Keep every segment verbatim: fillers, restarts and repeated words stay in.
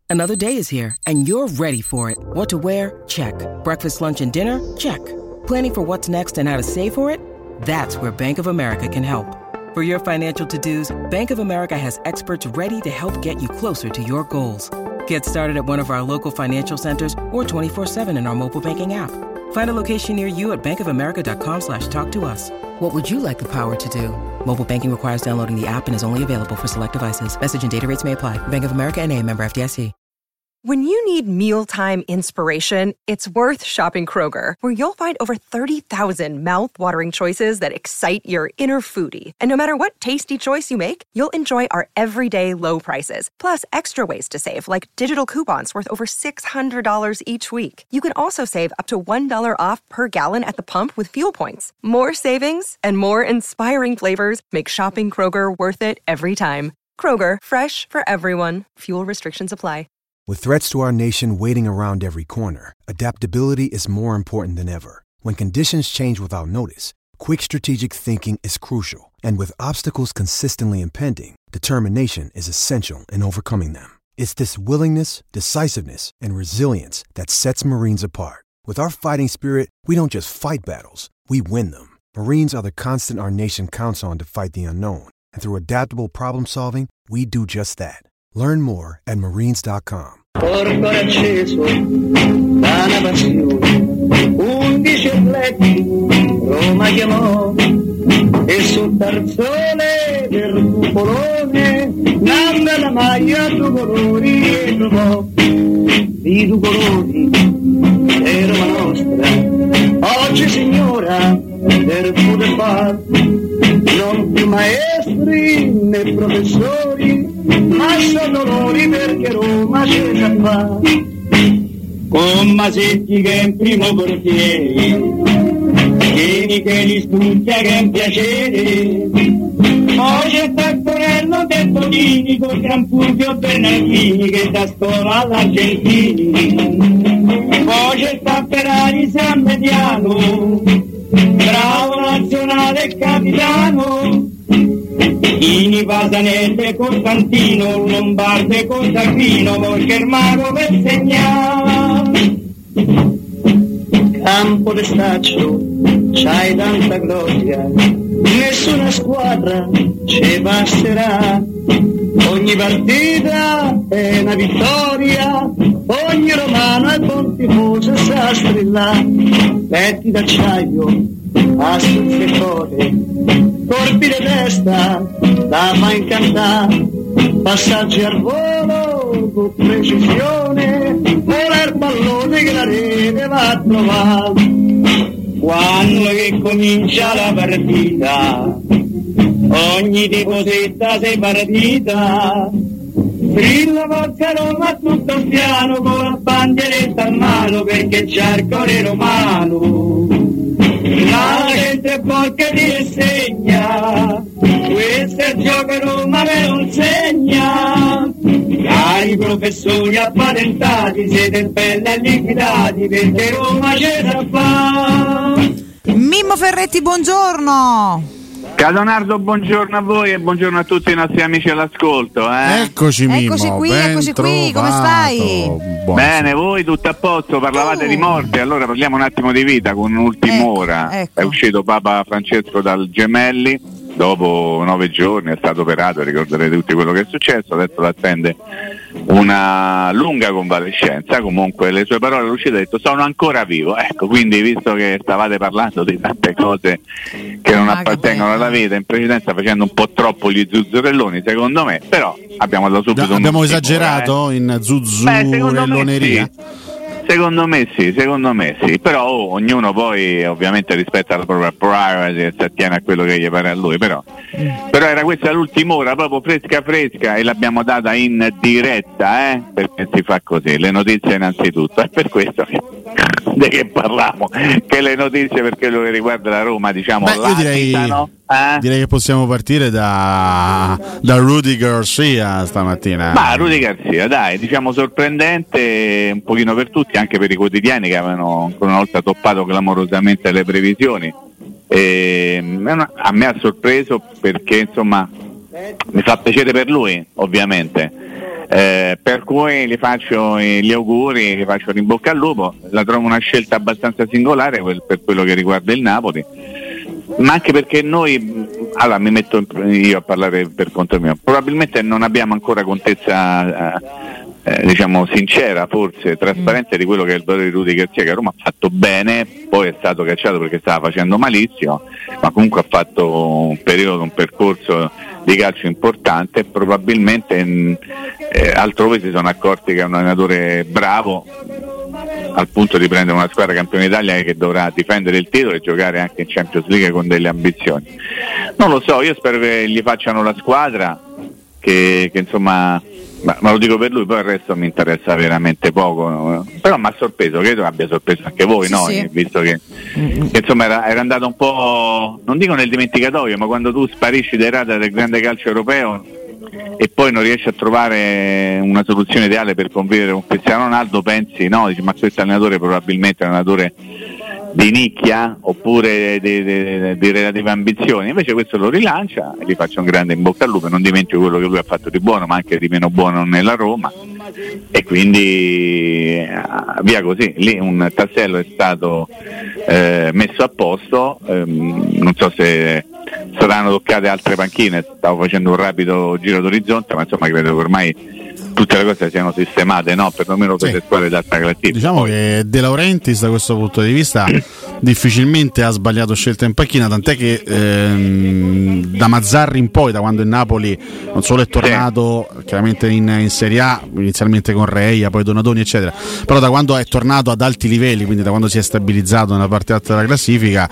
Another day is here, and you're ready for it. What to wear? Check. Breakfast, lunch, and dinner? Check. Planning for what's next and how to save for it? That's where Bank of America can help. For your financial to-dos, Bank of America has experts ready to help get you closer to your goals. Get started at one of our local financial centers or twenty-four seven in our mobile banking app. Find a location near you at bankofamerica.com slash talk to us. What would you like the power to do? Mobile banking requires downloading the app and is only available for select devices. Message and data rates may apply. Bank of America N A, member F D I C. When you need mealtime inspiration, it's worth shopping Kroger, where you'll find over thirty thousand mouth-watering choices that excite your inner foodie. And no matter what tasty choice you make, you'll enjoy our everyday low prices, plus extra ways to save, like digital coupons worth over six hundred dollars each week. You can also save up to one dollar off per gallon at the pump with fuel points. More savings and more inspiring flavors make shopping Kroger worth it every time. Kroger, fresh for everyone. Fuel restrictions apply. With threats to our nation waiting around every corner, adaptability is more important than ever. When conditions change without notice, quick strategic thinking is crucial. And with obstacles consistently impending, determination is essential in overcoming them. It's this willingness, decisiveness, and resilience that sets Marines apart. With our fighting spirit, we don't just fight battles, we win them. Marines are the constant our nation counts on to fight the unknown. And through adaptable problem solving, we do just that. Learn more at marines dot com. Porto acceso da una passione, undici atleti Roma chiamò e sul tarzone del cupolone nanda la maglia a due colori e trovò di due colori è Roma nostra, oggi signora del poter far, non più maestri né professori, ma sono dolori perché Roma c'è già fa. Con Masetti che è in primo portiere, Tieni che li studia che è un piacere, poi c'è Taccorello del Tonini con Gran Fulvio Bernardini che da scuola all'Argentini, poi c'è Tapperari San Mediano, bravo nazionale e capitano, Ini Pasanelle Costantino, Lombarde Costantino, perché il mago per segnare. Campo de Staccio, c'hai tanta gloria, nessuna squadra ci passerà, ogni partita è una vittoria, ogni romano è buon tifoso e sa strillare, petti d'acciaio, ascolti e code, colpi di testa, da fa incantare, passaggi al volo con precisione, vola il pallone che la rete va a trovare. Quando che comincia la partita, ogni tifosetta sei partita, strilla forza Roma a tutto il piano con la bandieretta a mano perché c'è il cuore romano. La gente bocca ti insegna, questo è il gioco Roma me lo insegna. Cari professori appatentati, siete belli e liquidati perché Roma ce la fa. Mimmo Ferretti, buongiorno. Leonardo, buongiorno a voi e buongiorno a tutti i nostri amici all'ascolto. Eh? Eccoci Mimmo, eccoci qui, ben eccoci trovato. qui, come stai? Buon Bene, voi tutto a posto, parlavate Oh. di morte, allora parliamo un attimo di vita con un'ultima Ecco, ora. ecco. È uscito Papa Francesco dal Gemelli, dopo nove giorni è stato operato, ricorderete tutti quello che è successo, adesso l'attende una lunga convalescenza, comunque le sue parole all'uscita ha detto sono ancora vivo, ecco, quindi visto che stavate parlando di tante cose che non Ah, appartengono che alla vita, in precedenza facendo un po' troppo gli zuzzurelloni secondo me, però abbiamo dato subito Da, abbiamo un'ultima esagerato ora, eh. in Beh, secondo me zuzzurelloneria? sì. Secondo me sì, secondo me sì, però oh, ognuno poi ovviamente rispetta la propria privacy e si attiene a quello che gli pare a lui, però, però era questa l'ultima ora, proprio fresca fresca e l'abbiamo data in diretta, eh, perché si fa così, le notizie innanzitutto, è per questo che, di che parliamo, che le notizie per quello che riguarda la Roma, diciamo, Beh, io direi, latitano, eh? direi che possiamo partire da, da Rudy Garcia stamattina. Ma Rudy Garcia, dai, diciamo sorprendente un pochino per tutti, anche per i quotidiani che avevano ancora una volta toppato clamorosamente le previsioni. E, a me ha sorpreso perché insomma mi fa piacere per lui, ovviamente. Eh, per cui gli faccio gli auguri, gli faccio in bocca al lupo. La trovo una scelta abbastanza singolare per quello che riguarda il Napoli, ma anche perché noi, allora mi metto io a parlare per conto mio, probabilmente non abbiamo ancora contezza eh, eh, diciamo sincera, forse trasparente, di quello che è il valore di Rudy Garcia, che a Roma ha fatto bene, poi è stato cacciato perché stava facendo malissimo, ma comunque ha fatto un periodo, un percorso di calcio importante. Probabilmente mh, eh, altrove si sono accorti che è un allenatore bravo, al punto di prendere una squadra campione d'Italia che dovrà difendere il titolo e giocare anche in Champions League con delle ambizioni. Non lo so, io spero che gli facciano la squadra, che, che insomma, ma, ma lo dico per lui, poi il resto mi interessa veramente poco, no? Però mi ha sorpreso, credo abbia sorpreso anche voi, sì, no? Sì. Visto che, che insomma era, era andato un po', non dico nel dimenticatoio, ma quando tu sparisci dai radar del grande calcio europeo e poi non riesci a trovare una soluzione ideale per convivere con Cristiano Ronaldo, pensi, no, dici, ma questo allenatore probabilmente è un allenatore di nicchia oppure di, di, di relative ambizioni. Invece questo lo rilancia e gli faccio un grande in bocca al lupo. Non dimentico quello che lui ha fatto di buono, ma anche di meno buono nella Roma, e quindi via così. Lì un tassello è stato eh, messo a posto, ehm, non so se saranno toccate altre panchine, stavo facendo un rapido giro d'orizzonte, ma insomma credo che ormai tutte le cose siano sistemate, no? Perlomeno per sì. le squadre d'alta classifica. Diciamo Poi. che De Laurentiis da questo punto di vista difficilmente ha sbagliato scelta in panchina, tant'è che ehm, da Mazzarri in poi, da quando il Napoli non solo è tornato sì. chiaramente in, in Serie A, inizialmente con Reia, poi Donadoni eccetera, però da quando è tornato ad alti livelli, quindi da quando si è stabilizzato nella parte alta della classifica,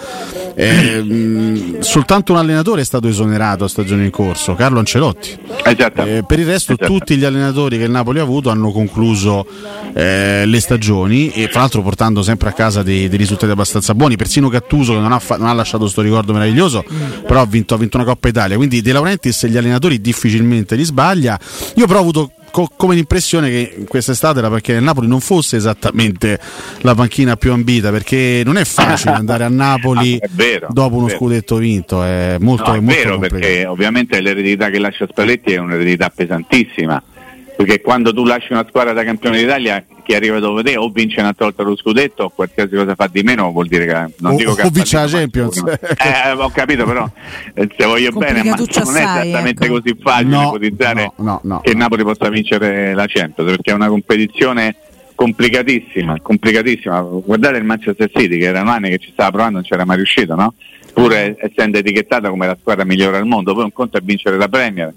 ehm, soltanto un allenatore è stato esonerato a stagione in corso, Carlo Ancelotti. Esatto. Eh, per il resto esatto. tutti gli allenatori che il Napoli ha avuto hanno concluso eh, le stagioni, e fra l'altro portando sempre a casa dei, dei risultati abbastanza buoni. Persino Gattuso, che non ha, fa- non ha lasciato sto ricordo meraviglioso, mm. però ha vinto, ha vinto una Coppa Italia, quindi De Laurentiis e gli allenatori difficilmente li sbaglia. Io però ho avuto co- come l'impressione che quest'estate la panchina del Napoli non fosse esattamente la panchina più ambita, perché non è facile andare a Napoli ah, vero, dopo uno scudetto vinto, è molto, no, è molto vero complicato. Perché ovviamente l'eredità che lascia Spalletti è un'eredità pesantissima, perché quando tu lasci una squadra da campione d'Italia, chi arriva dopo te o vince un'altra volta lo scudetto o qualsiasi cosa fa di meno, vuol dire che non o, dico che o vince la Champions. Eh, ho capito, però eh, se voglio bene, ma non è esattamente ecco. così facile no, ipotizzare no, no, no, che il no. Napoli possa vincere la Champions, perché è una competizione complicatissima, complicatissima. Guardate il Manchester City, che erano anni che ci stava provando, non c'era mai riuscito, no? Pur essendo etichettata come la squadra migliore al mondo. Poi un conto è vincere la Premier.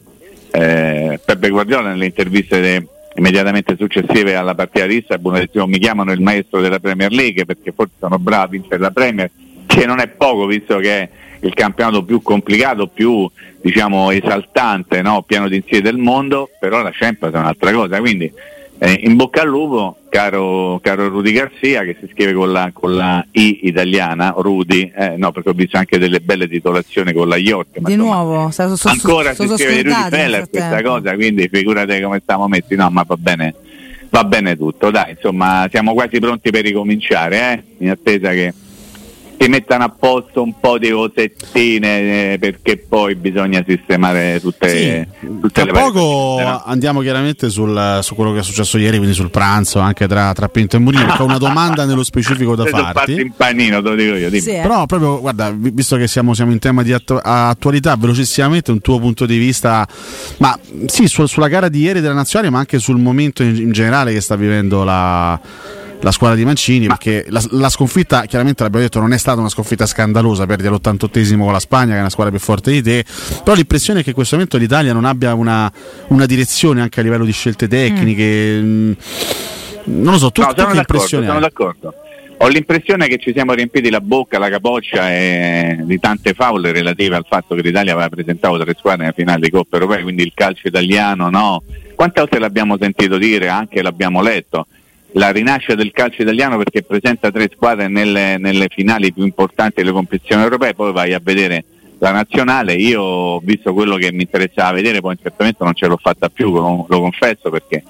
Eh, Peppe Guardiola nelle interviste de, immediatamente successive alla partita di Istanbul ha detto: mi chiamano il maestro della Premier League perché forse sono bravo a vincere la Premier, che non è poco visto che è il campionato più complicato, più diciamo esaltante, no? Pieno di insidie del mondo. Però la Champions è un'altra cosa, quindi eh, in bocca al lupo, caro, caro Rudy Garcia, che si scrive con la, con la I italiana, Rudy, eh, no, perché ho visto anche delle belle titolazioni con la York. Ma di insomma, nuovo, so, so, ancora so, si so scrive di Rudy Feller questa cosa, quindi figurate come stiamo messi, no, ma va bene, va bene tutto, dai, insomma, siamo quasi pronti per ricominciare, eh, in attesa che si mettano a posto un po' di cosettine, eh, perché poi bisogna sistemare tutte, sì, tutte tra le poco cose, no? Andiamo chiaramente sul, su quello che è successo ieri, quindi sul pranzo anche tra, tra Pinto e Mourinho, perché ho una domanda nello specifico da farti. in panino, te lo dico io, dimmi. Sì, eh. Però proprio, guarda, visto che siamo, siamo in tema di attu- attualità, velocissimamente un tuo punto di vista, ma sì, su, sulla gara di ieri della Nazionale, ma anche sul momento in, in generale che sta vivendo la la squadra di Mancini, ma perché la, la sconfitta, chiaramente l'abbiamo detto, non è stata una sconfitta scandalosa, perdi all'ottantottesimo con la Spagna, che è una squadra più forte di te, però l'impressione è che in questo momento l'Italia non abbia una, una direzione anche a livello di scelte tecniche, mm. non lo so, tu, no, tu che impressione sono hai? d'accordo. Ho l'impressione che ci siamo riempiti la bocca, la capoccia e di tante faule relative al fatto che l'Italia aveva presentato tre squadre nella finale di Coppa Europea, quindi il calcio italiano, no? Quante volte l'abbiamo sentito dire, anche l'abbiamo letto, la rinascita del calcio italiano perché presenta tre squadre nelle, nelle finali più importanti delle competizioni europee, poi vai a vedere la nazionale. Io ho visto quello che mi interessava vedere, poi certamente non ce l'ho fatta più, lo, lo confesso, perché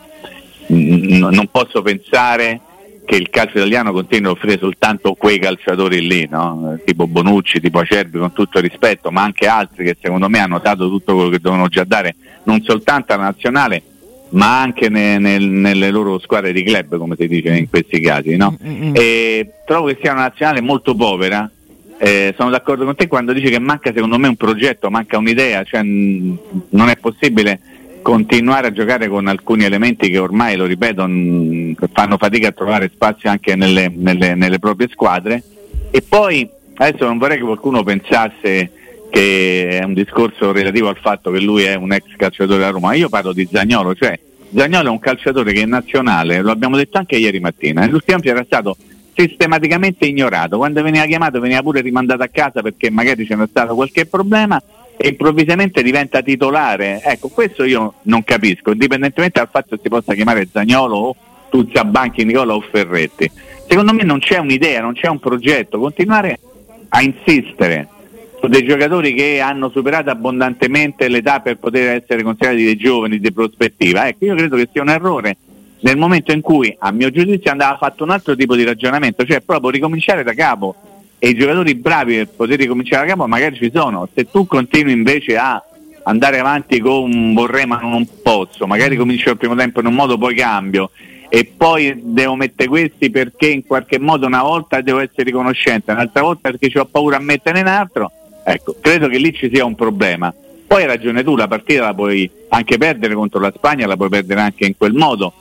n- non posso pensare che il calcio italiano continui a offrire soltanto quei calciatori lì, no? Tipo Bonucci, tipo Acerbi, con tutto il rispetto, ma anche altri che secondo me hanno dato tutto quello che dovevano già dare, non soltanto alla nazionale ma anche ne, nel, nelle loro squadre di club, come si dice in questi casi, no? Mm-hmm. E trovo che sia una nazionale molto povera. Eh, sono d'accordo con te quando dici che manca secondo me un progetto, manca un'idea, cioè mh, non è possibile continuare a giocare con alcuni elementi che ormai, lo ripeto, mh, fanno fatica a trovare spazio anche nelle, nelle, nelle proprie squadre. E poi adesso non vorrei che qualcuno pensasse che è un discorso relativo al fatto che lui è un ex calciatore della Roma. Io parlo di Zaniolo, cioè Zaniolo è un calciatore che è nazionale, lo abbiamo detto anche ieri mattina, nell'ultimo anno era stato sistematicamente ignorato, quando veniva chiamato veniva pure rimandato a casa perché magari c'era stato qualche problema e improvvisamente diventa titolare. Ecco, questo io non capisco, indipendentemente dal fatto che si possa chiamare Zaniolo o Tuzzabanchi, Nicola o Ferretti. Secondo me non c'è un'idea, non c'è un progetto. Continuare a insistere su dei giocatori che hanno superato abbondantemente l'età per poter essere considerati dei giovani di prospettiva, ecco, io credo che sia un errore nel momento in cui, a mio giudizio, andava fatto un altro tipo di ragionamento, cioè proprio ricominciare da capo, e i giocatori bravi per poter ricominciare da capo magari ci sono. Se tu continui invece a andare avanti con vorrei ma non posso, magari comincio il primo tempo in un modo, poi cambio e poi devo mettere questi perché in qualche modo una volta devo essere riconoscente, un'altra volta perché ho paura a mettere in altro, ecco, credo che lì ci sia un problema. Poi hai ragione tu, la partita la puoi anche perdere contro la Spagna, la puoi perdere anche in quel modo,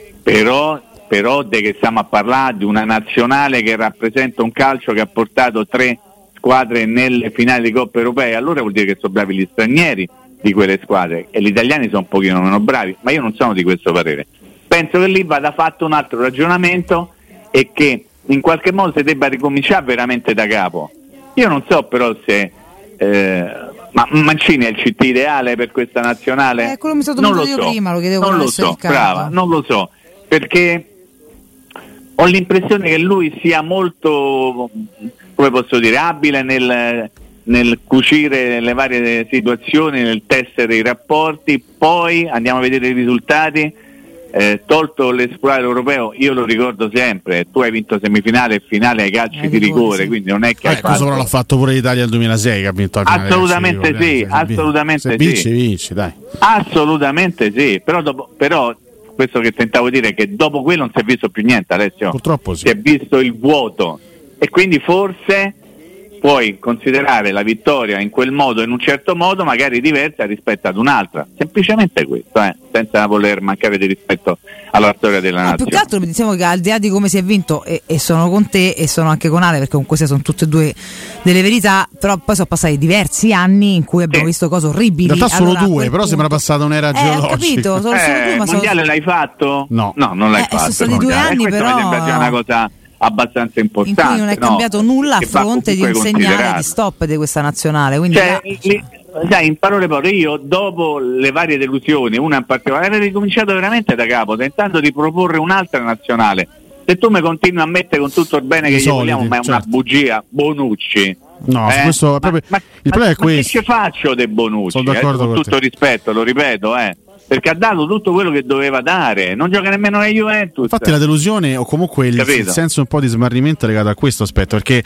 però, però de che stiamo a parlare di una nazionale che rappresenta un calcio che ha portato tre squadre nelle finali di Coppa Europea, allora vuol dire che sono bravi gli stranieri di quelle squadre e gli italiani sono un pochino meno bravi, ma io non sono di questo parere. Penso che lì vada fatto un altro ragionamento e che in qualche modo si debba ricominciare veramente da capo. Io non so però se eh, ma Mancini è il C T ideale per questa nazionale? Eh, quello mi sono domandata io so. prima, lo chiedevo. Non lo so, brava, non lo so, perché ho l'impressione che lui sia molto, come posso dire, abile nel, nel cucire le varie situazioni, nel tessere i rapporti, poi andiamo a vedere i risultati. Eh, tolto l'esplorato europeo, io lo ricordo sempre, tu hai vinto semifinale e finale ai calci eh, di rigore, sì. Quindi non è che eh, hai fatto... l'ha fatto pure l'Italia nel duemilasei che ha vinto la assolutamente sì, sì, assolutamente se sì. vinci, vinci, dai. Assolutamente sì, però, dopo, però questo che tentavo di dire è che dopo quello non si è visto più niente, Alessio. Purtroppo sì. Si è visto il vuoto e quindi forse puoi considerare la vittoria in quel modo, in un certo modo, magari diversa rispetto ad un'altra. Semplicemente questo, eh, senza voler mancare di rispetto alla storia della no, nazione. Più che altro diciamo che al di là di come si è vinto, e, e sono con te e sono anche con Ale, perché comunque sono tutte e due delle verità, però poi sono passati diversi anni in cui abbiamo sì. visto cose orribili. In realtà allora, solo due, però punto... sembra passata un'era eh, geologica. Ho capito, sono eh, solo due, ma il mondiale sono... l'hai fatto? No, no non l'hai eh, fatto. Sono stati due anni, e però mi sembra già una cosa abbastanza importante, in cui non è cambiato no? nulla a fronte di un segnale di stop di questa nazionale, quindi cioè, là... li, sai, in parole povere, io dopo le varie delusioni, una in particolare, avrei ricominciato veramente da capo tentando di proporre un'altra nazionale. Se tu mi continui a mettere con tutto il bene che gli vogliamo, ma è certo. una bugia, Bonucci. No, eh? questo è proprio... ma, il problema ma, è questo. Ma che ci faccio dei Bonucci? Sono d'accordo eh? Con con tutto te. rispetto, lo ripeto, eh. Perché ha dato tutto quello che doveva dare, non gioca nemmeno la Juventus. Infatti la delusione o comunque il, il senso un po' di smarrimento è legato a questo aspetto, perché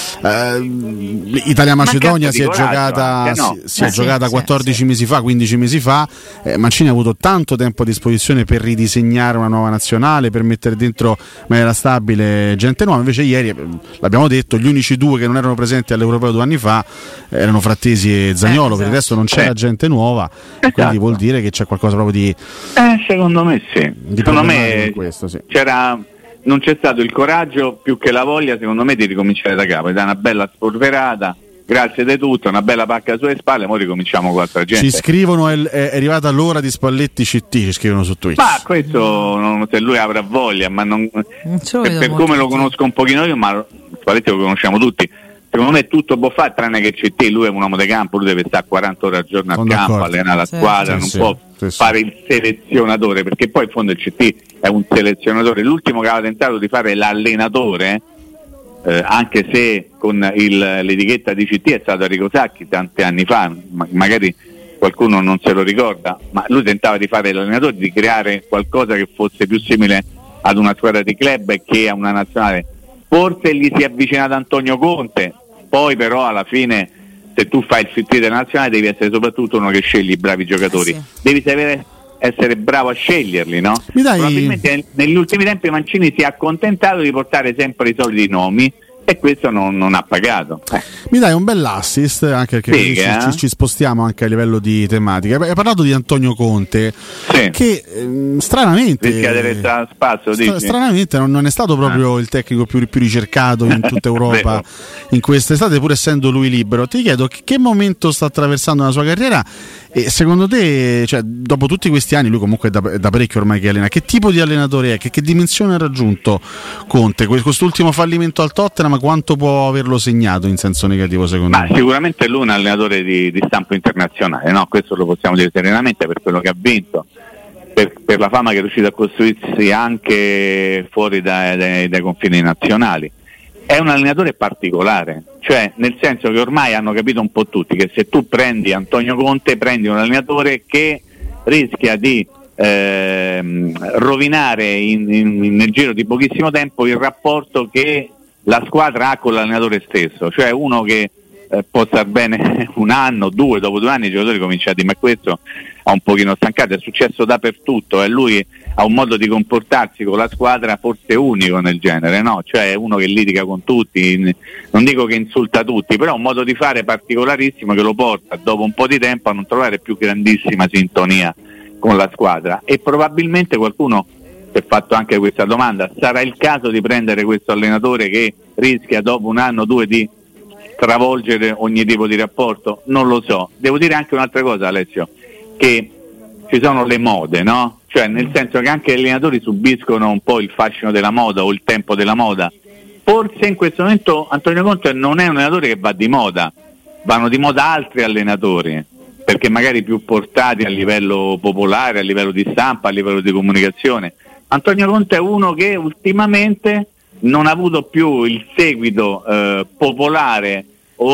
eh, Italia-Macedonia si è giocata, no. si, si eh, è sì, giocata quattordici sì. mesi fa, quindici mesi fa, eh, Mancini ha avuto tanto tempo a disposizione per ridisegnare una nuova nazionale, per mettere dentro in maniera stabile gente nuova, invece ieri, l'abbiamo detto, gli unici due che non erano presenti all'Europeo due anni fa erano Frattesi e Zaniolo, eh, per il resto non c'era eh. gente nuova, esatto. Quindi vuol dire che c'è qualcosa proprio di eh, secondo me sì secondo me questo, sì. c'era non c'è stato il coraggio più che la voglia, secondo me, di ricominciare da capo, da una bella spolverata, grazie di tutto, una bella pacca sulle spalle, ora ricominciamo con altra gente. Ci scrivono è, è arrivata l'ora di Spalletti C T, ci scrivono su Twitch. Ma questo non, se lui avrà voglia, ma non, non per, per come lo conosco un pochino io, ma Spalletti lo conosciamo tutti. Secondo me tutto può fare tranne che C T, lui è un uomo di campo, lui deve stare quaranta ore al giorno a campo, allenare la sì, squadra, sì, non sì, può sì, fare il selezionatore, perché poi in fondo il C T è un selezionatore. L'ultimo che aveva tentato di fare l'allenatore, eh, anche se con il, l'etichetta di C T, è stato Enrico Sacchi tanti anni fa, ma, magari qualcuno non se lo ricorda, ma lui tentava di fare l'allenatore, di creare qualcosa che fosse più simile ad una squadra di club che a una nazionale. Forse gli si è avvicinato Antonio Conte. Poi però alla fine, se tu fai il C T della nazionale, devi essere soprattutto uno che sceglie i bravi giocatori, eh sì. devi sapere essere bravo a sceglierli, no? Mi dai... Probabilmente negli ultimi tempi Mancini si è accontentato di portare sempre i soliti nomi e questo non, non ha pagato. Eh. Mi dai un bell'assist, anche perché Figa, ci, eh? ci, ci spostiamo anche a livello di tematica. Hai parlato di Antonio Conte, sì. che ehm, stranamente rischia di restare a spasso, stra- stranamente non, non è stato proprio ah. il tecnico più, più ricercato in tutta Europa in quest'estate, pur essendo lui libero. Ti chiedo che, che momento sta attraversando la sua carriera e secondo te, cioè, dopo tutti questi anni, lui comunque è da, è da parecchio ormai che allena, che tipo di allenatore è, che, che dimensione ha raggiunto Conte? Quest'ultimo fallimento al Tottenham, quanto può averlo segnato in senso negativo secondo Ma me? Sicuramente lui è un allenatore di, di stampo internazionale, no? Questo lo possiamo dire serenamente per quello che ha vinto, per, per la fama che è riuscito a costruirsi anche fuori dai, dai, dai confini nazionali. È un allenatore particolare, cioè nel senso che ormai hanno capito un po' tutti che se tu prendi Antonio Conte prendi un allenatore che rischia di ehm, rovinare in, in, nel giro di pochissimo tempo il rapporto che la squadra ha con l'allenatore stesso, cioè uno che eh, può star bene un anno, due, dopo due anni i giocatori cominciano a dire ma questo ha un pochino stancato, è successo dappertutto e lui ha un modo di comportarsi con la squadra forse unico nel genere, no? Cioè è uno che litiga con tutti, non dico che insulta tutti, però ha un modo di fare particolarissimo che lo porta dopo un po' di tempo a non trovare più grandissima sintonia con la squadra e probabilmente qualcuno si è fatto anche questa domanda, sarà il caso di prendere questo allenatore che rischia dopo un anno o due di travolgere ogni tipo di rapporto? Non lo so. Devo dire anche un'altra cosa, Alessio, che ci sono le mode, no? Cioè nel senso che anche gli allenatori subiscono un po' il fascino della moda o il tempo della moda. Forse in questo momento Antonio Conte non è un allenatore che va di moda, vanno di moda altri allenatori, perché magari più portati a livello popolare, a livello di stampa, a livello di comunicazione. Antonio Conte è uno che ultimamente non ha avuto più il seguito eh, popolare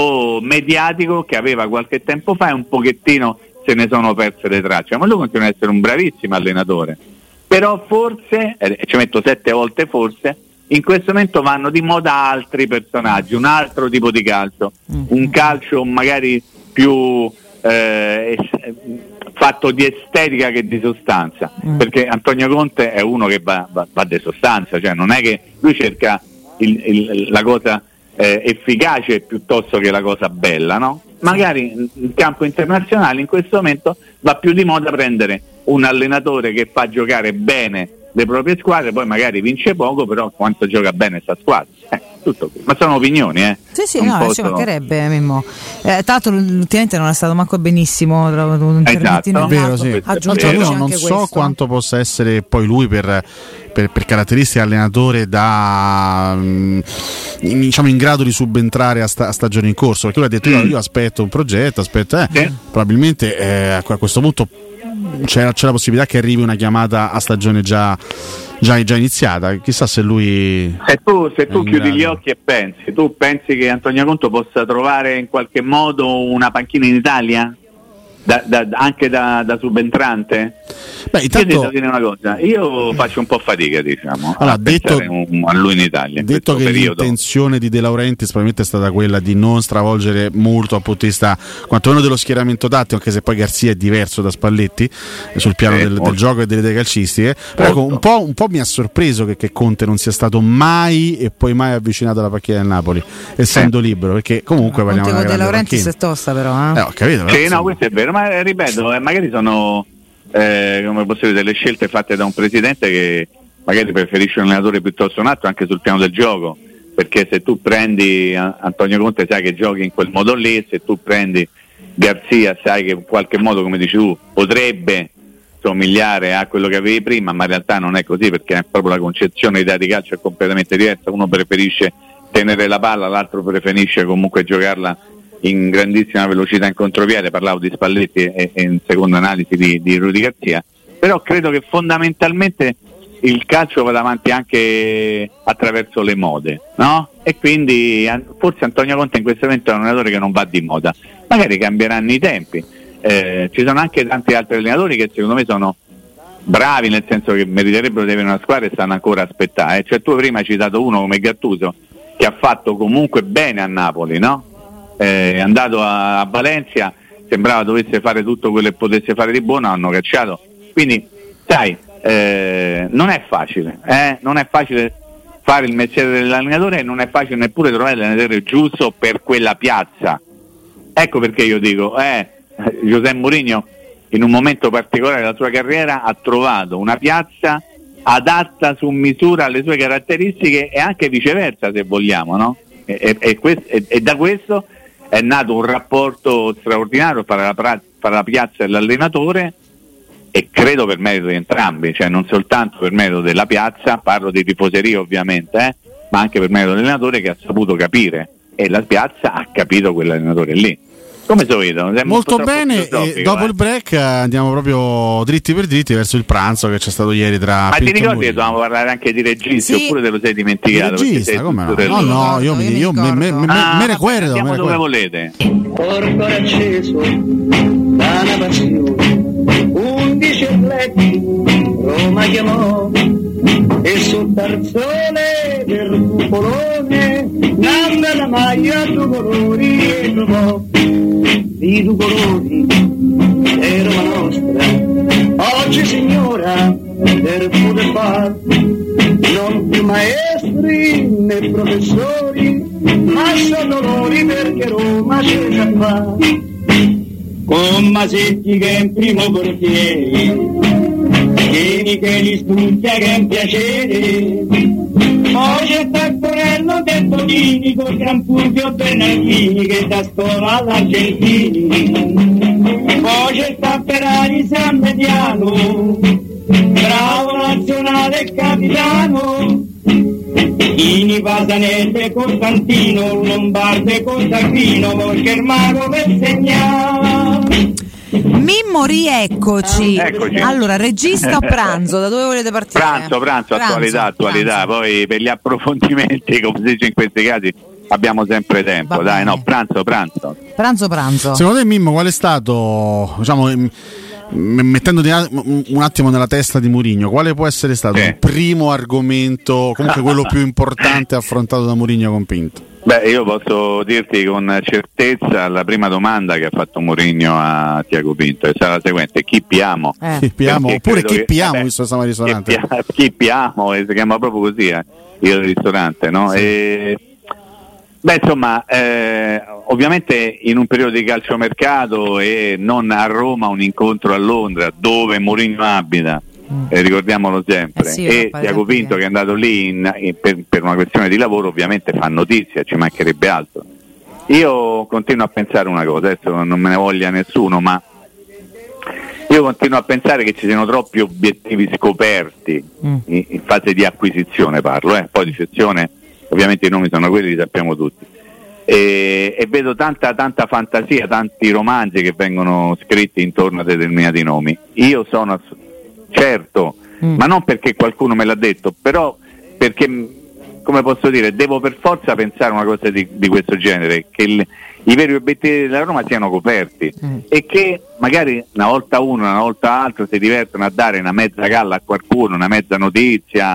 o mediatico che aveva qualche tempo fa e un pochettino se ne sono perse le tracce, ma lui continua ad essere un bravissimo allenatore, però forse, e eh, ci metto sette volte forse, in questo momento vanno di moda altri personaggi, un altro tipo di calcio, un calcio magari più eh, fatto di estetica che di sostanza, mm. perché Antonio Conte è uno che va, va, va di sostanza, cioè non è che lui cerca il, il, la cosa eh, efficace piuttosto che la cosa bella, no? Magari in campo internazionale in questo momento va più di moda prendere un allenatore che fa giocare bene le proprie squadre, poi magari vince poco, però quanto gioca bene sta squadra. Eh, tutto qui. Ma sono opinioni, eh. Sì, sì, non no, posso... ci mancherebbe, Mimmo. Eh, tra l'altro ultimamente non è stato manco benissimo, esatto. È vero, sì. Io non so questo. quanto possa essere poi lui per, per, per caratteristiche allenatore da in, diciamo in grado di subentrare a, sta, a stagione in corso, perché lui ha detto mm. io, io aspetto un progetto, aspetto eh, sì. probabilmente eh, a questo punto c'è, c'è la possibilità che arrivi una chiamata a stagione già, già, già iniziata. Chissà se lui se tu, se tu chiudi gli occhi e pensi tu pensi che Antonio Conte possa trovare in qualche modo una panchina in Italia? Da, da, anche da, da subentrante? Beh, intanto... Io devo dire una cosa, io faccio un po' fatica, diciamo, allora, a detto, un, a lui in Italia in detto che periodo. L'intenzione di De Laurentiis probabilmente è stata quella di non stravolgere molto dal punto di vista quantomeno dello schieramento tattico, anche se poi Garzia è diverso da Spalletti sul piano eh, del, del gioco e delle idee calcistiche, però ecco, un, po', un po' mi ha sorpreso che, che Conte non sia stato mai e poi mai avvicinato alla panchina del Napoli essendo eh. libero, perché comunque no, parliamo di una grande De Laurentiis panchina. È tosta però eh. Eh, ho capito, però, sì, no, questo è vero, ma ripeto, eh, magari sono eh, come posso dire, delle scelte fatte da un presidente che magari preferisce un allenatore piuttosto un altro anche sul piano del gioco, perché se tu prendi Antonio Conte sai che giochi in quel modo lì, se tu prendi Garzia sai che in qualche modo, come dici tu, potrebbe somigliare a quello che avevi prima, ma in realtà non è così, perché è proprio la concezione di idea di calcio è completamente diversa, uno preferisce tenere la palla, l'altro preferisce comunque giocarla in grandissima velocità in contropiede. Parlavo di Spalletti e, e in seconda analisi di, di Rudy Garzia, però credo che fondamentalmente il calcio va avanti anche attraverso le mode, no? E quindi forse Antonio Conte in questo momento è un allenatore che non va di moda, magari cambieranno i tempi, eh, ci sono anche tanti altri allenatori che secondo me sono bravi, nel senso che meriterebbero di avere una squadra e stanno ancora a aspettare, eh. Cioè tu prima hai citato uno come Gattuso che ha fatto comunque bene a Napoli, no? È andato a Valencia, sembrava dovesse fare tutto quello che potesse fare di buono, hanno cacciato Quindi sai, eh, non è facile, eh? non è facile fare il mestiere dell'allenatore e non è facile neppure trovare l'allenatore giusto per quella piazza. Ecco perché io dico, eh, José Mourinho in un momento particolare della sua carriera ha trovato una piazza adatta su misura alle sue caratteristiche e anche viceversa, se vogliamo, no? E, e, e, quest- e, e da questo è nato un rapporto straordinario tra la, pra- tra la piazza e l'allenatore, e credo per merito di entrambi, cioè non soltanto per merito della piazza, parlo di tifoseria ovviamente, eh, ma anche per merito dell'allenatore che ha saputo capire, e la piazza ha capito quell'allenatore lì. Come so vedo? Molto bene, e dopo eh. il break andiamo proprio dritti per dritti verso il pranzo che c'è stato ieri tra Ma Pinto ti ricordi che Mourinho. dovevamo parlare anche di registi, sì. oppure te lo sei dimenticato? Di regista, come no? No, no, io, mi, io me, me, me, ah, me recuerdo. Andiamo me dove recuerdo. volete. Corpo acceso da una passione, undici atleti Roma chiamò, e sul tarzone del cupolone nanda la maglia due colori e trovò i due colori è Roma nostra. Oggi signora per poter far non più maestri né professori, ma sono loro perché Roma ce la fa. Con Masetti che è in primo portiere, Vieni che li studia che è un piacere. Poi c'è Taccorello del Bonini con Gran Fulvio Bernardini che da scuola all'Argentini. Poi c'è Tapperari San Mediano, bravo nazionale capitano. Ini Pasanelle Costantino, Lombarde Costantino, Volchermano per segnare. Mimmo, rieccoci. Eccoci. Allora, regista o pranzo? Da dove volete partire? Pranzo, pranzo, Pranzo, attualità, attualità. pranzo. Poi per gli approfondimenti, come si dice in questi casi, abbiamo sempre tempo. Va Dai, bene. no, pranzo, pranzo. Pranzo, pranzo. Secondo te, Mimmo, qual è stato, diciamo, m- mettendoti un attimo nella testa di Mourinho, quale può essere stato Sì. il primo argomento, comunque quello più importante affrontato da Mourinho con Pinto? Beh, io posso dirti con certezza la prima domanda che ha fatto Mourinho a Tiago Pinto è stata la seguente: chi piamo? Eh. Chi piamo? Perché Oppure credo chi che- piamo, vabbè, visto che siamo al Chi, ristorante? pia- chi piamo, e si chiama proprio così, eh, il ristorante, no? E, beh, insomma, eh, ovviamente in un periodo di calciomercato e non a Roma, un incontro a Londra dove Mourinho abita, eh, ricordiamolo sempre, Eh sì, e va, Tiago pare- Pinto che è andato lì in- in- per, per una questione di lavoro, ovviamente fa notizia, ci mancherebbe altro. Io continuo a pensare una cosa, adesso non me ne voglia nessuno, ma io continuo a pensare che ci siano troppi obiettivi scoperti Mm. in, in fase di acquisizione, parlo, eh. Poi di gestione ovviamente i nomi sono quelli, li sappiamo tutti, e, e vedo tanta tanta fantasia, tanti romanzi che vengono scritti intorno a determinati nomi. Io sono ass- certo, Mm. ma non perché qualcuno me l'ha detto, però perché, come posso dire, devo per forza pensare una cosa di, di questo genere, che il, i veri obiettivi della Roma siano coperti Mm. e che magari una volta uno, una volta l'altro si divertono a dare una mezza galla a qualcuno, una mezza notizia,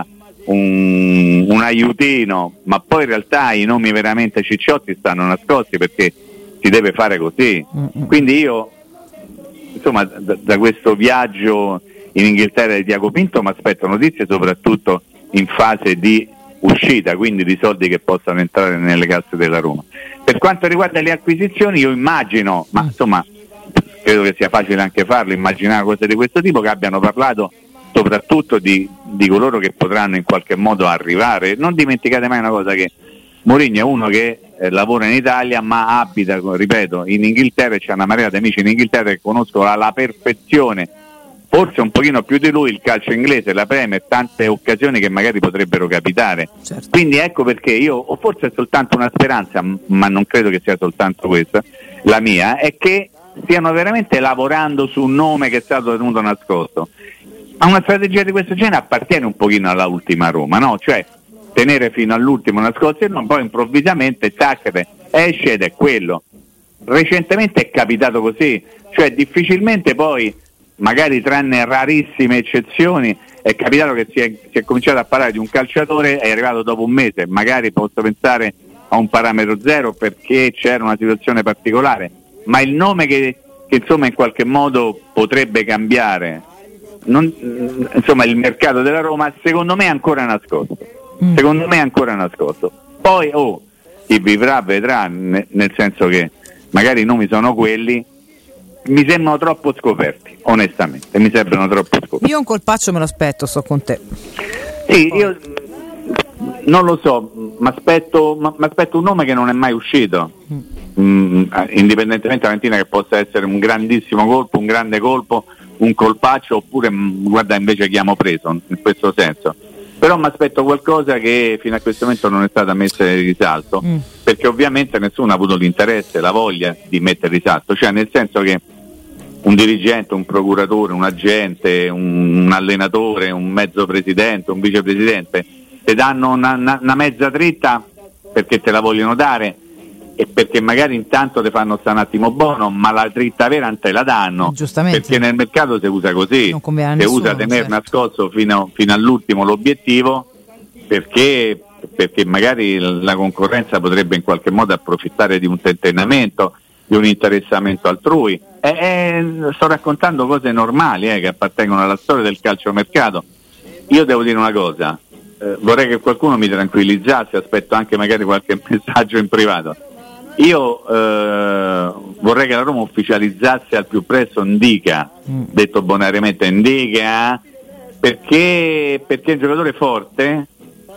un, un aiutino, ma poi in realtà i nomi veramente cicciotti stanno nascosti perché si deve fare così. Mm-mm. Quindi io, insomma, da, da questo viaggio in Inghilterra di Tiago Pinto mi aspetto notizie soprattutto in fase di uscita, quindi di soldi che possano entrare nelle casse della Roma. Per quanto riguarda le acquisizioni, io immagino, ma insomma credo che sia facile anche farlo, immaginare cose di questo tipo, che abbiano parlato soprattutto di, di coloro che potranno in qualche modo arrivare. Non dimenticate mai una cosa, che Mourinho è uno che eh, lavora in Italia ma abita, ripeto, in Inghilterra, e c'è una marea di amici in Inghilterra che conoscono alla perfezione, forse un pochino più di lui, il calcio inglese, la Premier, tante occasioni che magari potrebbero capitare. Certo. Quindi ecco perché io, o forse è soltanto una speranza, m- ma non credo che sia soltanto questa, la mia, è che stiano veramente lavorando su un nome che è stato tenuto nascosto. Ma una strategia di questo genere appartiene un pochino alla ultima Roma, no? Cioè tenere fino all'ultimo nascosto e non poi improvvisamente tac, esce ed è quello. Recentemente è capitato così, cioè difficilmente poi, magari tranne rarissime eccezioni, è capitato che si è, si è cominciato a parlare di un calciatore, è arrivato dopo un mese, magari posso pensare a un parametro zero perché c'era una situazione particolare, ma il nome che, che insomma in qualche modo potrebbe cambiare non, insomma il mercato della Roma secondo me è ancora nascosto, mm. secondo me è ancora nascosto. Poi oh, chi vivrà vedrà, ne, nel senso che magari i nomi sono quelli, mi sembrano troppo scoperti, onestamente, mi sembrano troppo scoperti. Io un colpaccio me lo aspetto, sto con te. Sì, io non lo so, mi aspetto un nome che non è mai uscito, mm. Mm, indipendentemente Valentina che possa essere un grandissimo colpo, un grande colpo, un colpaccio, oppure guarda invece chi abbiamo preso, in questo senso. Però mi aspetto qualcosa che fino a questo momento non è stata messa in risalto, mm. perché ovviamente nessuno ha avuto l'interesse, la voglia di mettere in risalto, cioè nel senso che un dirigente, un procuratore, un agente, un, un allenatore, un mezzo presidente, un vicepresidente ti danno una, una, una mezza dritta perché te la vogliono dare e perché magari intanto ti fanno stare un attimo buono, ma la dritta vera non te la danno, perché nel mercato si usa così, si usa tenere certo. nascosto fino, fino all'ultimo l'obiettivo, perché, perché magari la concorrenza potrebbe in qualche modo approfittare di un tentennamento, di un interessamento altrui. E, e, sto raccontando cose normali eh, che appartengono alla storia del calciomercato. Io devo dire una cosa, eh, vorrei che qualcuno mi tranquillizzasse, aspetto anche magari qualche messaggio in privato. Io eh, vorrei che la Roma ufficializzasse al più presto Ndica, mm. detto bonariamente Ndica, perché, perché è un giocatore forte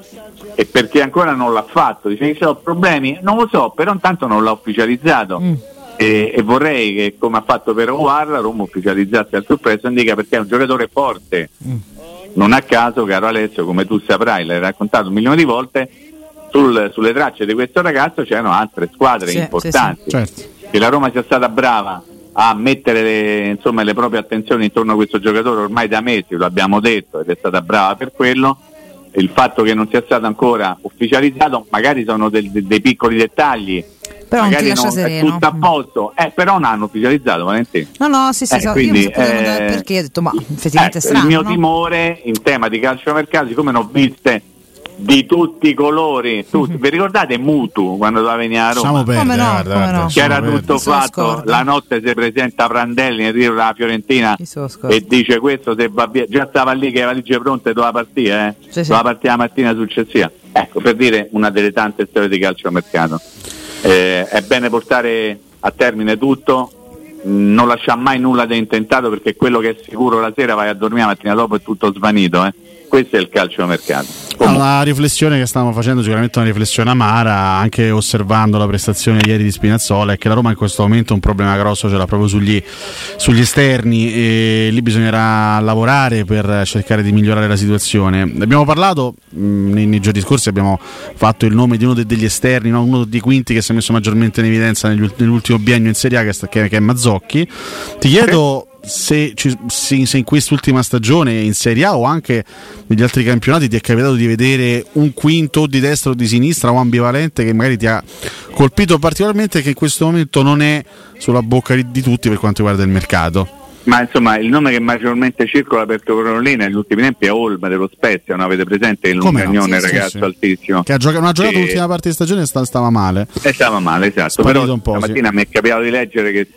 e perché ancora non l'ha fatto. Dice che ci sono problemi, non lo so, però intanto non l'ha ufficializzato. Mm. E, e vorrei che, come ha fatto per Ovar, la Roma ufficializzasse al più presto Ndica perché è un giocatore forte. Mm. Non a caso, caro Alessio, come tu saprai, l'hai raccontato un milione di volte, sul, sulle tracce di questo ragazzo c'erano altre squadre sì, importanti. Sì, sì. Certo. Che la Roma sia stata brava a mettere le, insomma, le proprie attenzioni intorno a questo giocatore ormai da mesi, lo abbiamo detto, ed è stata brava per quello. Il fatto che non sia stato ancora ufficializzato magari sono del, de, dei piccoli dettagli, però magari non, non è tutto a posto, eh, però non hanno ufficializzato, Valentina. No, no, sì, sì, eh, so, quindi, io non sapevo eh, perché, ho detto, ma effettivamente eh, è strano. Il mio no? timore in tema di calciomercato, siccome ne ho viste di tutti i colori, tutti. Mm-hmm. Vi ricordate Mutu quando doveva venire a Roma? Perdere, come no, guarda, come no. Che era tutto fatto, la notte si presenta Prandelli nel ritiro della Fiorentina e dice questo se va via, già stava lì che le valigie pronte, doveva partire, eh? sì, doveva sì. partire la mattina successiva. Ecco, per dire una delle tante storie di calciomercato. Eh, è bene portare a termine tutto, non lascia mai nulla di intentato, perché quello che è sicuro la sera vai a dormire, la mattina dopo è tutto svanito, eh? Questo è il calciomercato. La riflessione che stavamo facendo, sicuramente una riflessione amara, anche osservando la prestazione ieri di Spinazzola, è che la Roma in questo momento un problema grosso ce l'ha proprio sugli, sugli esterni, e lì bisognerà lavorare per cercare di migliorare la situazione. Abbiamo parlato mh, nei, nei giorni scorsi, abbiamo fatto il nome di uno de, degli esterni, no? Uno di Quinti che si è messo maggiormente in evidenza negli, nell'ultimo biennio in Serie A, che, che, che è Mazzocchi. Ti chiedo Se, se, se in quest'ultima stagione in Serie A o anche negli altri campionati ti è capitato di vedere un quinto o di destra o di sinistra o ambivalente che magari ti ha colpito particolarmente, che in questo momento non è sulla bocca di, di tutti per quanto riguarda il mercato. Ma insomma il nome che maggiormente circola per Coronolina negli ultimi tempi è Olm dello Spezia, non avete presente il lungagnone, no? sì, ragazzo sì, sì. altissimo che ha giocato, non ha giocato e... l'ultima parte di stagione, stava, stava male e stava male, esatto. Però stamattina mi è capitato di leggere che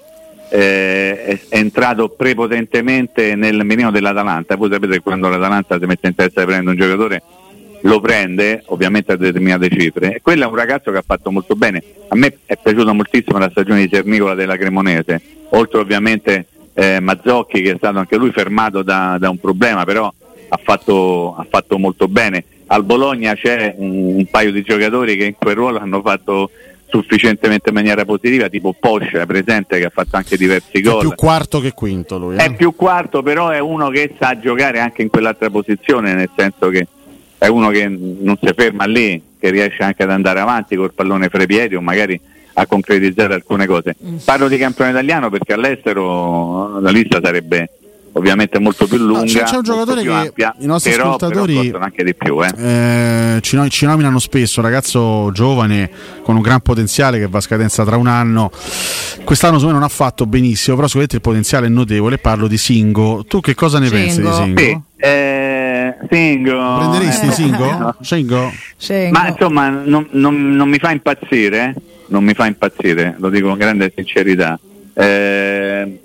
Eh, è, è entrato prepotentemente nel menino dell'Atalanta. Voi sapete che quando l'Atalanta si mette in testa di prendere un giocatore lo prende ovviamente a determinate cifre, e quello è un ragazzo che ha fatto molto bene. A me è piaciuta moltissimo la stagione di Cernicola della Cremonese, oltre ovviamente eh, Mazzocchi, che è stato anche lui fermato da, da un problema, però ha fatto, ha fatto molto bene. Al Bologna c'è un, un paio di giocatori che in quel ruolo hanno fatto sufficientemente in maniera positiva, tipo Poscia, presente, che ha fatto anche diversi gol. È più quarto che quinto lui. Eh? È più quarto, però è uno che sa giocare anche in quell'altra posizione, nel senso che è uno che non si ferma lì, che riesce anche ad andare avanti col pallone fra i piedi o magari a concretizzare alcune cose. Parlo di campione italiano perché all'estero la lista sarebbe ovviamente molto più lunga, no, c'è, c'è un giocatore che ampia, i nostri però, ascoltatori però costano anche di più, eh. Eh, ci, ci nominano spesso, ragazzo giovane con un gran potenziale che va a scadenza tra un anno. Quest'anno secondo me non ha fatto benissimo, però sicuramente il potenziale è notevole. Parlo di Singo. Tu che cosa ne Singo. pensi di Singo? Sì, eh, Singo prenderesti eh, Singo? No. Singo? Singo. Ma insomma non, non, non mi fa impazzire, non mi fa impazzire, lo dico con grande sincerità. Eh,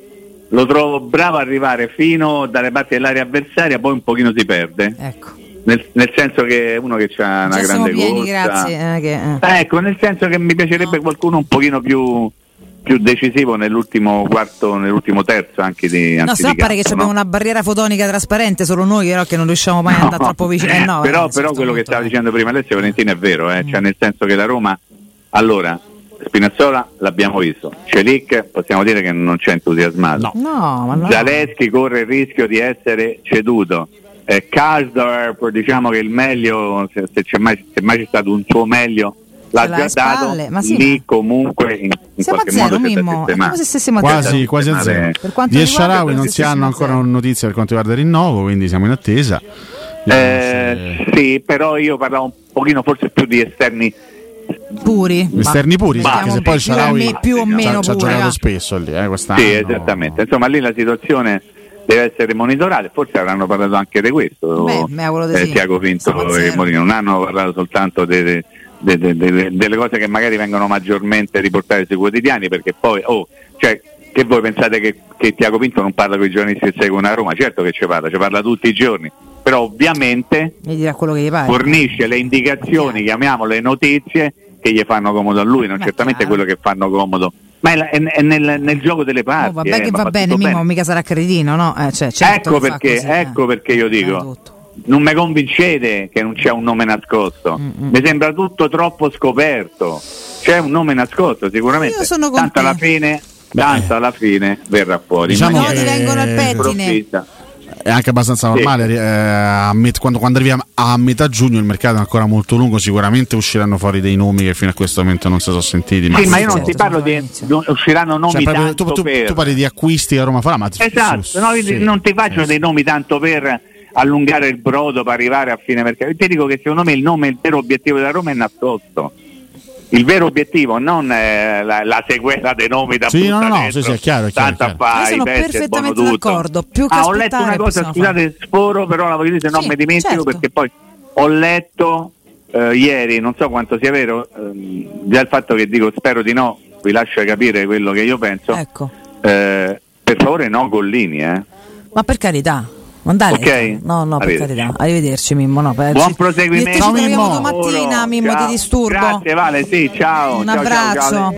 lo trovo bravo a arrivare fino dalle parti dell'area avversaria, poi un pochino si perde. Ecco. Nel, nel senso che è uno che ha una Già grande siamo pieni, corsa. grazie. Eh, che, eh. Eh, ecco, nel senso che mi piacerebbe No. qualcuno un pochino più, più decisivo nell'ultimo quarto, nell'ultimo terzo anche di No, anche se no di pare che campo, abbiamo no? una barriera fotonica trasparente, solo noi però che non riusciamo mai ad andare No. troppo vicino. Eh, no, però eh, però quello che punto, stava eh. dicendo prima Alessio Valentino è vero, eh? Mm. Cioè nel senso che la Roma, allora Spinazzola l'abbiamo visto, Celic possiamo dire che non c'è entusiasmato. No. No, ma no. Zaleschi corre il rischio di essere ceduto. Eh, Karsdorp, diciamo che il meglio, se, se c'è mai, se mai c'è stato un suo meglio, l'ha Ce l'ha già alle spalle, dato, ma sì, lì ma- comunque in, in Siamo a qualche zero, modo c'è da Mimmo. È sistemare. come se stessimo a zero. Quasi, quasi a sistemare. zero. Per quanto Di riguarda, Esharawi non penso si che hanno siamo ancora zero. notizie per quanto riguarda il rinnovo, quindi siamo in attesa. Eh, sì, però io parlavo un pochino forse più di esterni. Puri. Esterni puri, Ma- anche se poi il più o Sharawi me- più o ci ha- meno ci ha pure, giocato va. spesso lì, eh, quest'anno. Sì, esattamente. Insomma, lì la situazione deve essere monitorata, forse avranno parlato anche di questo. Beh, mi auguro di eh, sì. Tiago Pinto Siamo a e zero. Mourinho non hanno parlato soltanto de- de- de- de- delle cose che magari vengono maggiormente riportate sui quotidiani, perché poi, oh, cioè, che voi pensate che, che Tiago Pinto non parla con i giornalisti che seguono a Roma? Certo che ci parla, ci parla tutti i giorni, però ovviamente Mi dirà quello che gli pare. fornisce le indicazioni, chiamiamole notizie, che gli fanno comodo a lui, non Beh, certamente chiaro. quello che fanno comodo, ma è, la- è- è nel, nel gioco delle parti. Oh, vabbè eh, che ma va fa bene, tutto Mimmo, mica sarà cretino, no? Eh, cioè, certo ecco che fa perché, così, ecco eh. perché io Eh, dico, tutto. non mi convincete che non c'è un nome nascosto, Mm-mm. mi sembra tutto troppo scoperto, c'è un nome nascosto sicuramente, Io sono con tanto te. alla fine, tanto alla fine verrà fuori. Diciamo in No, che- ti maniera vengono al pettine. improvvisa. È anche abbastanza Sì. normale, eh, a met- quando, quando arriviamo a metà giugno il mercato è ancora molto lungo, sicuramente usciranno fuori dei nomi che fino a questo momento non si sono sentiti. Sì, ma io non certo, ti parlo sono di all'inizio. non- usciranno nomi Cioè, proprio- tanto tu, tu- per tu parli di acquisti che la Roma farà, ma ti- esatto, su- no, io sì. non ti faccio dei nomi tanto per allungare il brodo per arrivare a fine mercato. Io ti dico che secondo me il nome, il vero obiettivo della Roma è nascosto. Il vero obiettivo non è la, la sequela dei nomi da Sì, no, buttare no, no, dentro, sì, sì, è chiaro, è chiaro, tanto è chiaro. a fare Io sono i pezzi, è buono perfettamente tutto. d'accordo, più che ah, ho letto aspettare una cosa, possiamo scusate, sporo, però la voglio dire, se non Sì, mi dimentico, certo. perché poi ho letto eh, ieri, non so quanto sia vero, ehm, già il fatto che dico spero di no, vi lascio capire quello che io penso. Ecco. Eh, per favore no Gollini, eh. Ma per carità. Non dare. Ok. No, no, per Arrivederci. carità. Arrivederci, Mimmo. No, per- Buon ci- proseguimento. io e te ci Ciao, troviamo Mimmo. domattina, Mimmo, Ciao. ti disturbo. Grazie Vale, sì, ciao. Un ciao, ciao, abbraccio. ciao.